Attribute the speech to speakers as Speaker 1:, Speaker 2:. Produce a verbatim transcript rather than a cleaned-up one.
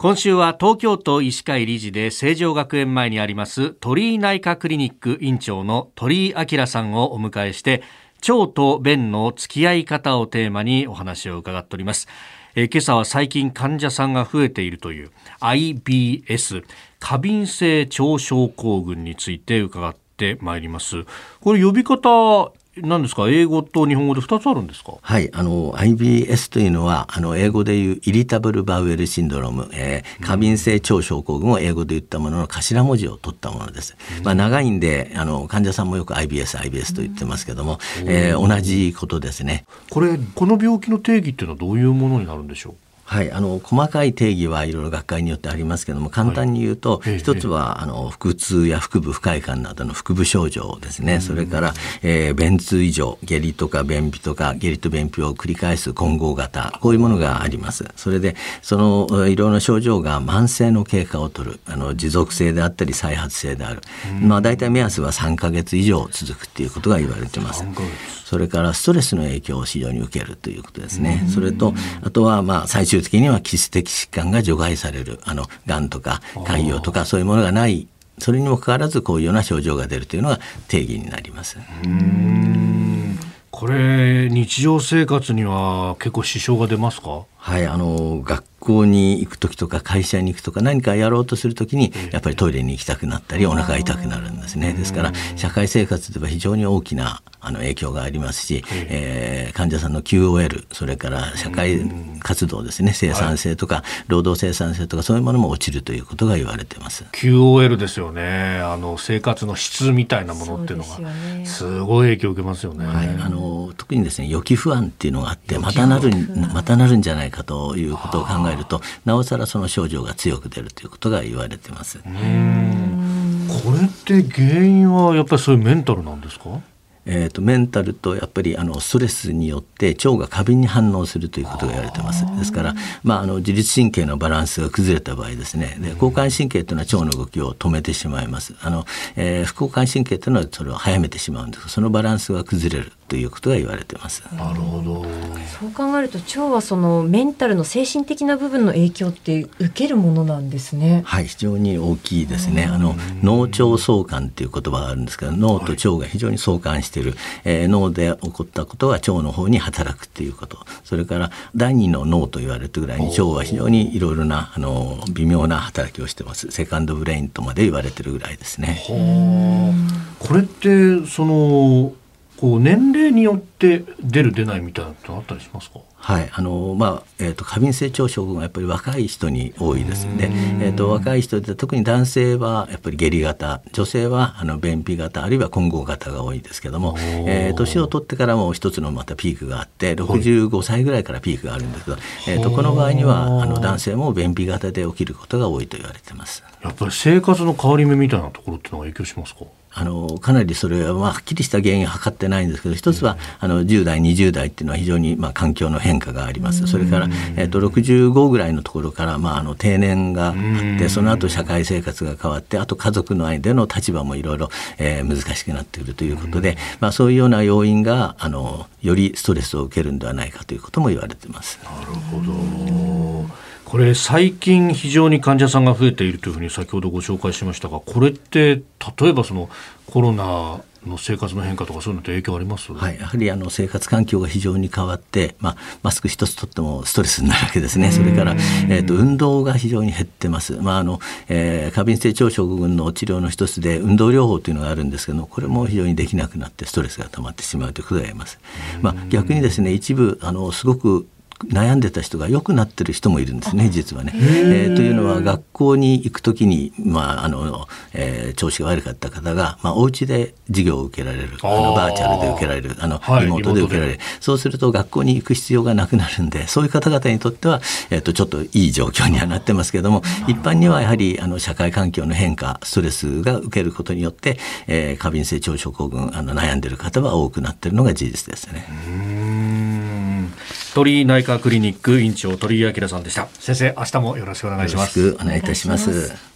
Speaker 1: 今週は東京都医師会理事で成城学園前にあります鳥居内科クリニック院長の鳥居明さんをお迎えして、腸と便の付き合い方をテーマにお話を伺っております。えー、今朝は最近患者さんが増えているという アイビーエス 過敏性腸症候群について伺ってまいります。これ呼び方何ですか？英語と日本語でふたつあるんですか？
Speaker 2: はい、あの アイビーエス というのはあの英語でいうイリタブルバウエルシンドローム、えー、過敏性腸症候群を英語で言ったものの頭文字を取ったものです。まあ、長いんであの患者さんもよく アイビーエス、アイビーエス と言ってますけども、えー、同じことですね。
Speaker 1: これこの病気の定義っていうのはどういうものになるんでしょう？
Speaker 2: はい、あの細かい定義はいろいろ学会によってありますけども、簡単に言うと、はい、一つはあの腹痛や腹部不快感などの腹部症状ですね。それから、えー、便通異常、下痢とか便秘とか下痢と便秘を繰り返す混合型、こういうものがあります。それでそのいろんな症状が慢性の経過を取る、あの持続性であったり再発性である、まあ、大体目安はさんかげつ以上続くっていうことが言われています。それからストレスの影響を非常に受けるということですね。それとあとはまあ最終的には基質的疾患が除外される、あのがんとか潰瘍とかそういうものがない、それにもかかわらずこういうような症状が出るというのが定義になります。
Speaker 1: うーん、これ日常生活には結構支障が出ますか？
Speaker 2: はい、あの学校に行くときとか会社に行くとか何かやろうとするときにやっぱりトイレに行きたくなったりお腹が痛くなるんですね。ですから社会生活では非常に大きなあの影響がありますし、えー、患者さんの キューオーエル、 それから社会活動ですね、生産性とか労働生産性とかそういうものも落ちるということが言われています。
Speaker 1: キューオーエル ですよね。あの生活の質みたいなものっていうのがすごい影響を受けますよね。
Speaker 2: はい、あの特にですね予期不安っていうのがあって、またなるまたなるんじゃないかということを考えると、なおさらその症状が強く出るということが言われています。
Speaker 1: うーん、これって原因はやっぱりそういうメンタルなんですか？
Speaker 2: えー、とメンタルとやっぱりあのストレスによって腸が過敏に反応するということが言われています。ですから、まあ、あの自律神経のバランスが崩れた場合ですね、で交感神経というのは腸の動きを止めてしまいます。あの、えー、副交感神経というのはそれを早めてしまうんです。そのバランスが崩れるということが言われています。
Speaker 1: なるほど。
Speaker 3: そう考えると腸はそのメンタルの精神的な部分の影響って受けるものなんですね。
Speaker 2: はい、非常に大きいですね。あの脳腸相関という言葉があるんですけど、脳と腸が非常に相関している、えー、脳で起こったことは腸の方に働くということ、それから第二の脳と言われるぐらいに腸は非常にいろいろなあの微妙な働きをしてます。セカンドブレインとまで言われているぐらいですね。
Speaker 1: はあ、これってそのこう年齢によって出る出ないみたいなのあったりしますか？
Speaker 2: はい、あのまあえー、と過敏性腸症候群はやっぱり若い人に多いですので、えー、と若い人で特に男性はやっぱり下痢型、女性はあの便秘型あるいは混合型が多いですけども、えー、年を取ってからも一つのまたピークがあってろくじゅうごさいぐらいからピークがあるんですけど、えー、とこの場合にはあの男性も便秘型で起きることが多いと言われています。
Speaker 1: やっぱり生活の変わり目みたいなところっていうのが影響しますか？
Speaker 2: あのかなりそれは、まあ、はっきりした原因は測ってないんですけど、一つはあのじゅう代にじゅう代っていうのは非常に、まあ、環境の変化があります。それから、えー、とろくじゅうごぐらいのところから、まあ、あの定年があって、その後社会生活が変わって、あと家族の間での立場もいろいろ、えー、難しくなってくるということで、まあ、そういうような要因があのよりストレスを受けるんではないかということも言われています。
Speaker 1: なるほど。これ最近非常に患者さんが増えているというふうに先ほどご紹介しましたが、これって例えばそのコロナの生活の変化とかそういうのって影響あります？
Speaker 2: はい、やはりあの生活環境が非常に変わって、まあ、マスク一つとってもストレスになるわけですね。それから、えー、と運動が非常に減ってます。まああのえー、過敏性腸症候群の治療の一つで運動療法というのがあるんですけど、これも非常にできなくなってストレスが溜まってしまうということがあります。まあ、逆にですね、一部あのすごく悩んでた人が良くなってる人もいるんですね、実はね。えー、というのは学校に行くときに、まああのえー、調子が悪かった方が、まあ、お家で授業を受けられる、あのバーチャルで受けられる、あのリモートで受けられる、はい、そうすると学校に行く必要がなくなるんで、そういう方々にとっては、えー、とちょっといい状況にはなってますけども、一般にはやはりあの社会環境の変化、ストレスが受けることによって、えー、過敏性腸症候群あの悩んでいる方は多くなっているのが事実ですね。
Speaker 1: うーん、鳥居内科クリニック院長鳥居明さんでした。先生、明日もよろしくお願いします。
Speaker 2: よろしくお願いいたします。